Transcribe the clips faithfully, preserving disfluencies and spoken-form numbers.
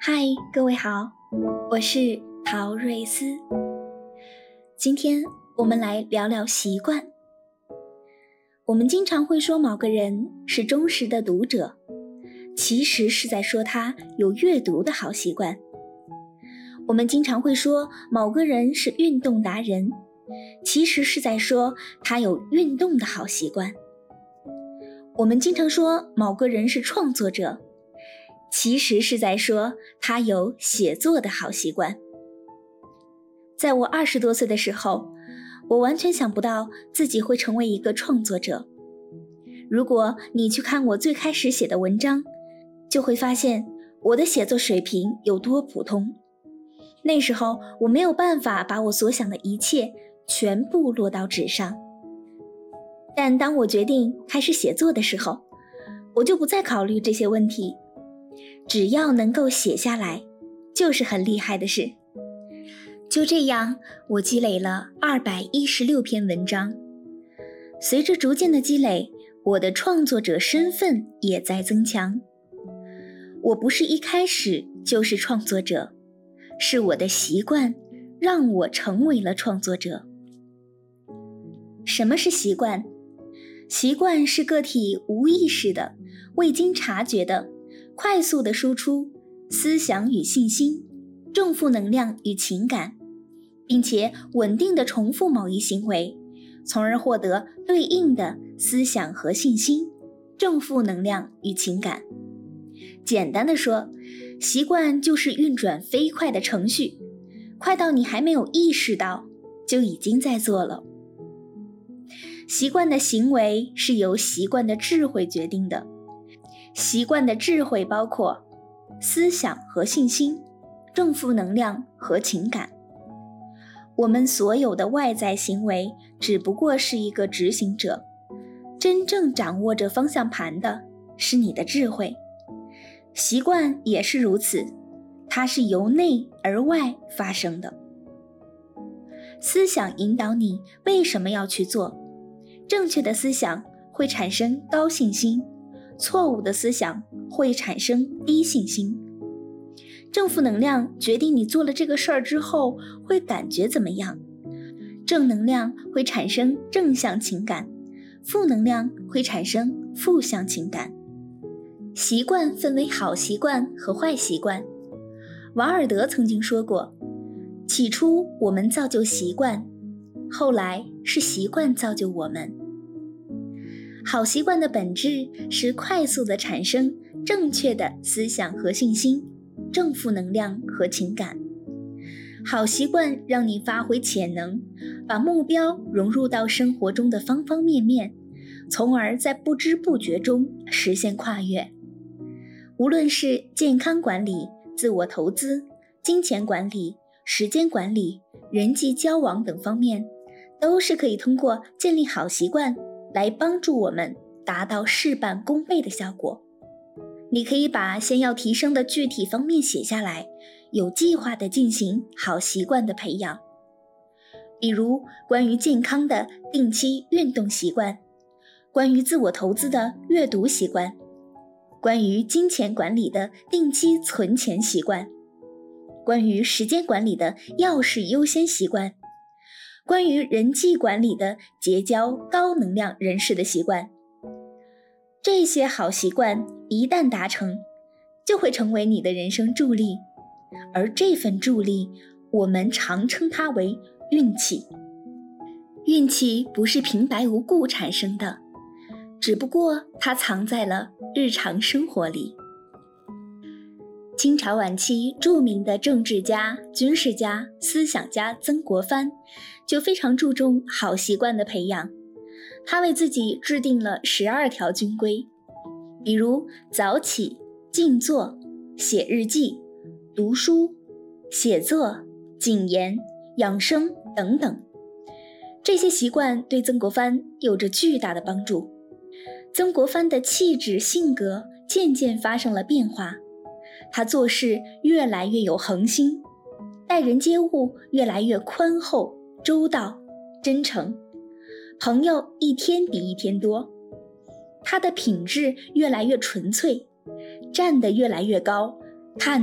嗨，各位好，我是陶瑞斯。今天我们来聊聊习惯。我们经常会说某个人是忠实的读者，其实是在说他有阅读的好习惯。我们经常会说某个人是运动达人，其实是在说他有运动的好习惯。我们经常说某个人是创作者，其实是在说他有写作的好习惯。在我二十多岁的时候，我完全想不到自己会成为一个创作者。如果你去看我最开始写的文章，就会发现我的写作水平有多普通。那时候我没有办法把我所想的一切全部落到纸上。但当我决定开始写作的时候，我就不再考虑这些问题。只要能够写下来，就是很厉害的事。就这样，我积累了二百一十六篇文章。随着逐渐的积累，我的创作者身份也在增强。我不是一开始就是创作者，是我的习惯让我成为了创作者。什么是习惯？习惯是个体无意识的、未经察觉的快速的输出思想与信心、正负能量与情感，并且稳定的重复某一行为，从而获得对应的思想和信心、正负能量与情感。简单的说，习惯就是运转飞快的程序，快到你还没有意识到，就已经在做了。习惯的行为是由习惯的智慧决定的。习惯的智慧包括思想和信心、正负能量和情感。我们所有的外在行为只不过是一个执行者，真正掌握着方向盘的是你的智慧。习惯也是如此，它是由内而外发生的。思想引导你为什么要去做，正确的思想会产生高信心，错误的思想会产生低信心。正负能量决定你做了这个事儿之后会感觉怎么样，正能量会产生正向情感，负能量会产生负向情感。习惯分为好习惯和坏习惯。王尔德曾经说过，起初我们造就习惯，后来是习惯造就我们。好习惯的本质是快速地产生正确的思想和信心、正负能量和情感。好习惯让你发挥潜能，把目标融入到生活中的方方面面，从而在不知不觉中实现跨越。无论是健康管理、自我投资、金钱管理、时间管理、人际交往等方面，都是可以通过建立好习惯来帮助我们达到事半功倍的效果。你可以把先要提升的具体方面写下来，有计划地进行好习惯的培养。比如关于健康的定期运动习惯，关于自我投资的阅读习惯，关于金钱管理的定期存钱习惯，关于时间管理的要事优先习惯，关于人际管理的结交高能量人士的习惯。这些好习惯一旦达成，就会成为你的人生助力，而这份助力，我们常称它为运气。运气不是平白无故产生的，只不过它藏在了日常生活里。清朝晚期著名的政治家、军事家、思想家曾国藩就非常注重好习惯的培养。他为自己制定了十二条军规，比如早起、静坐、写日记、读书、写作、谨言、养生等等。这些习惯对曾国藩有着巨大的帮助。曾国藩的气质性格渐渐发生了变化，他做事越来越有恒心，待人接物越来越宽厚、周到、真诚，朋友一天比一天多。他的品质越来越纯粹，站得越来越高，看得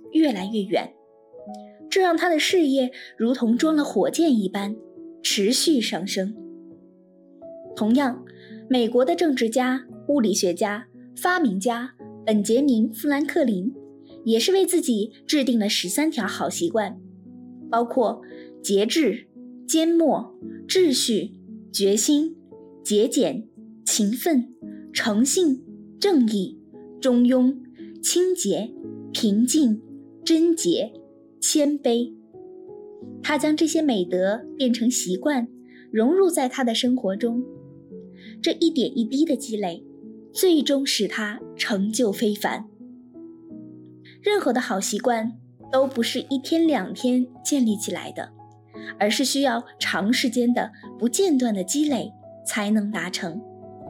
越来越远，这让他的事业如同装了火箭一般持续上升。同样，美国的政治家、物理学家、发明家本杰明·富兰克林也是为自己制定了十三条好习惯，包括节制、缄默、秩序、决心、节俭、勤奋、诚信、正义、中庸、清洁、平静、贞洁、谦卑。他将这些美德变成习惯，融入在他的生活中。这一点一滴的积累，最终使他成就非凡。任何的好习惯都不是一天两天建立起来的，而是需要长时间的不间断的积累才能达成。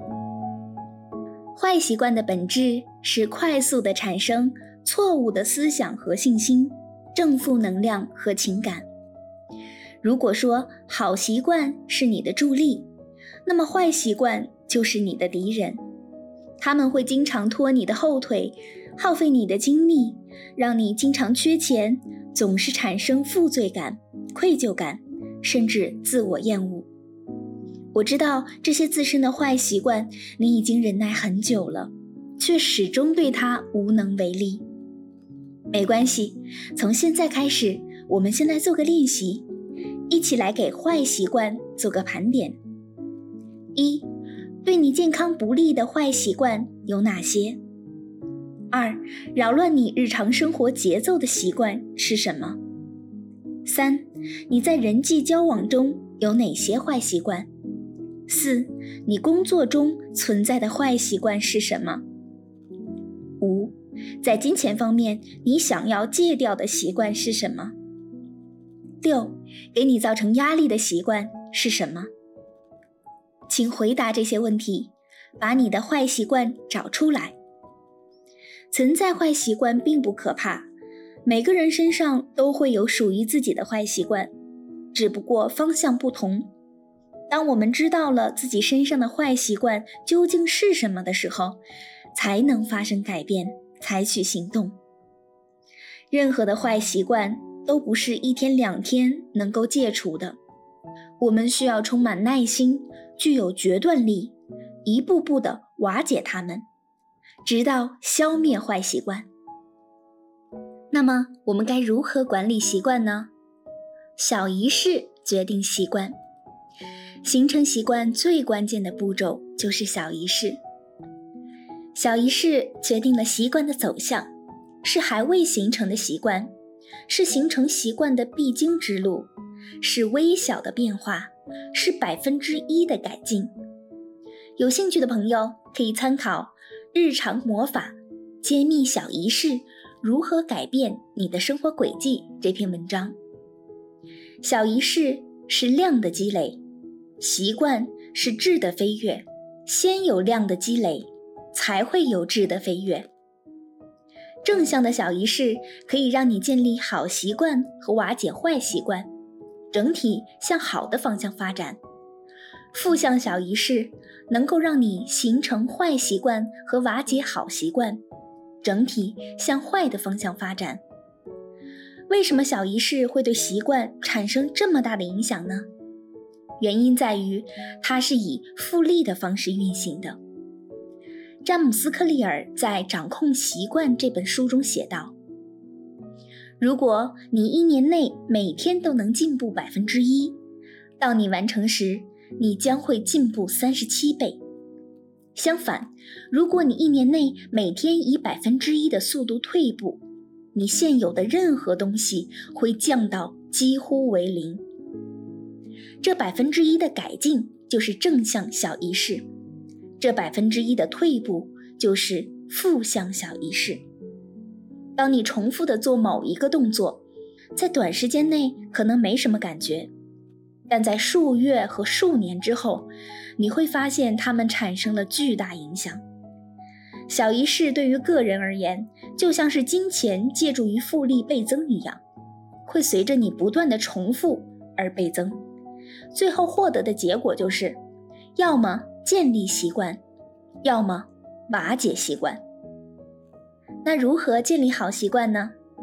坏习惯的本质是快速地产生错误的思想和信心，正负能量和情感。如果说好习惯是你的助力，那么坏习惯就是你的敌人。他们会经常拖你的后腿，耗费你的精力，让你经常缺钱，总是产生负罪感、愧疚感，甚至自我厌恶。我知道这些自身的坏习惯你已经忍耐很久了，却始终对它无能为力。没关系，从现在开始，我们先来做个练习，一起来给坏习惯做个盘点。一，对你健康不利的坏习惯有哪些？二，扰乱你日常生活节奏的习惯是什么？三，你在人际交往中有哪些坏习惯？四，你工作中存在的坏习惯是什么？五，在金钱方面，你想要戒掉的习惯是什么？六，给你造成压力的习惯是什么？请回答这些问题，把你的坏习惯找出来。存在坏习惯并不可怕，每个人身上都会有属于自己的坏习惯，只不过方向不同。当我们知道了自己身上的坏习惯究竟是什么的时候，才能发生改变，采取行动。任何的坏习惯都不是一天两天能够戒除的，我们需要充满耐心，具有决断力，一步步地瓦解它们，直到消灭坏习惯。那么我们该如何管理习惯呢？小仪式决定习惯。形成习惯最关键的步骤就是小仪式。小仪式决定了习惯的走向，是还未形成的习惯，是形成习惯的必经之路，是微小的变化，是百分之一的改进。有兴趣的朋友可以参考《日常魔法：揭秘小仪式如何改变你的生活轨迹》这篇文章。小仪式是量的积累，习惯是质的飞跃，先有量的积累，才会有质的飞跃。正向的小仪式可以让你建立好习惯和瓦解坏习惯，整体向好的方向发展。负向小仪式能够让你形成坏习惯和瓦解好习惯，整体向坏的方向发展。为什么小仪式会对习惯产生这么大的影响呢？原因在于它是以复利的方式运行的。詹姆斯·克利尔在《掌控习惯》这本书中写道，如果你一年内每天都能进步百分之一，到你完成时，你将会进步三十七倍。相反，如果你一年内每天以百分之一的速度退步，你现有的任何东西会降到几乎为零。这百分之一的改进就是正向小仪式，这百分之一的退步就是负向小仪式。当你重复地做某一个动作，在短时间内可能没什么感觉，但在数月和数年之后，你会发现它们产生了巨大影响。小仪式对于个人而言，就像是金钱借助于复利倍增一样，会随着你不断的重复而倍增，最后获得的结果就是，要么建立习惯，要么瓦解习惯。那如何建立好习惯呢？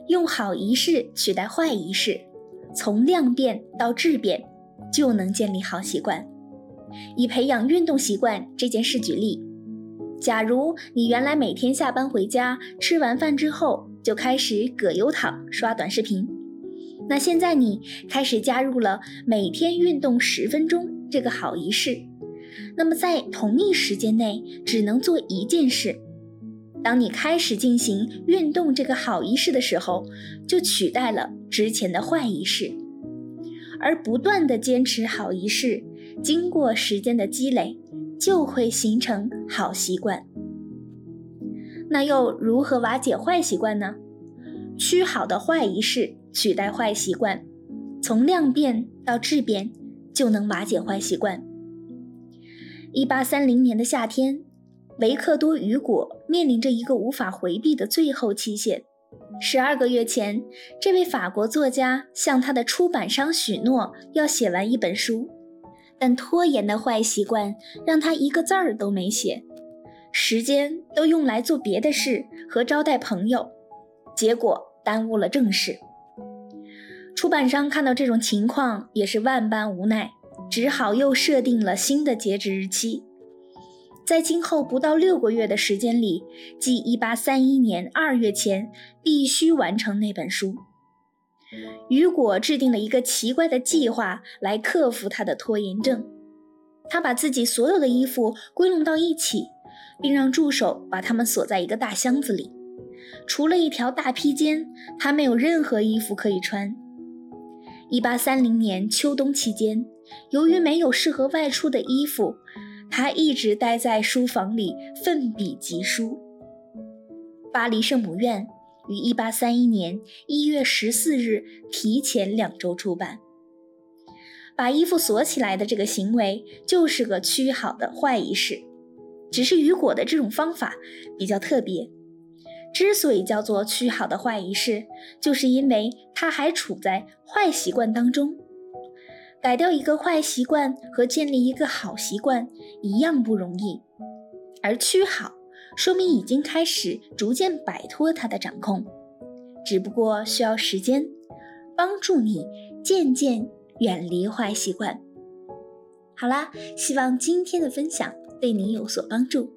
用好仪式取代坏仪式，从量变到质变，就能建立好习惯。以培养运动习惯这件事举例，假如你原来每天下班回家，吃完饭之后就开始葛优躺刷短视频，那现在你开始加入了每天运动十分钟这个好仪式，那么在同一时间内只能做一件事。当你开始进行运动这个好仪式的时候，就取代了之前的坏仪式。而不断的坚持好仪式，经过时间的积累，就会形成好习惯。那又如何瓦解坏习惯呢？趋好的坏仪式取代坏习惯，从量变到质变，就能瓦解坏习惯。一八三零年的夏天，维克多·雨果面临着一个无法回避的最后期限。十二个月前，这位法国作家向他的出版商许诺要写完一本书，但拖延的坏习惯让他一个字儿都没写，时间都用来做别的事和招待朋友，结果耽误了正事。出版商看到这种情况也是万般无奈，只好又设定了新的截止日期。在今后不到六个月的时间里，即一八三一年二月前，必须完成那本书。雨果制定了一个奇怪的计划来克服他的拖延症。他把自己所有的衣服归拢到一起，并让助手把它们锁在一个大箱子里。除了一条大披肩，他没有任何衣服可以穿。一八三零年秋冬期间，由于没有适合外出的衣服，他一直待在书房里奋笔疾书。巴黎圣母院于一八三一年一月十四日提前两周出版。把衣服锁起来的这个行为就是个趋好的坏仪式，只是雨果的这种方法比较特别。之所以叫做趋好的坏仪式，就是因为它还处在坏习惯当中。改掉一个坏习惯和建立一个好习惯一样不容易，而趋好说明已经开始逐渐摆脱它的掌控，只不过需要时间帮助你渐渐远离坏习惯。好啦，希望今天的分享对你有所帮助。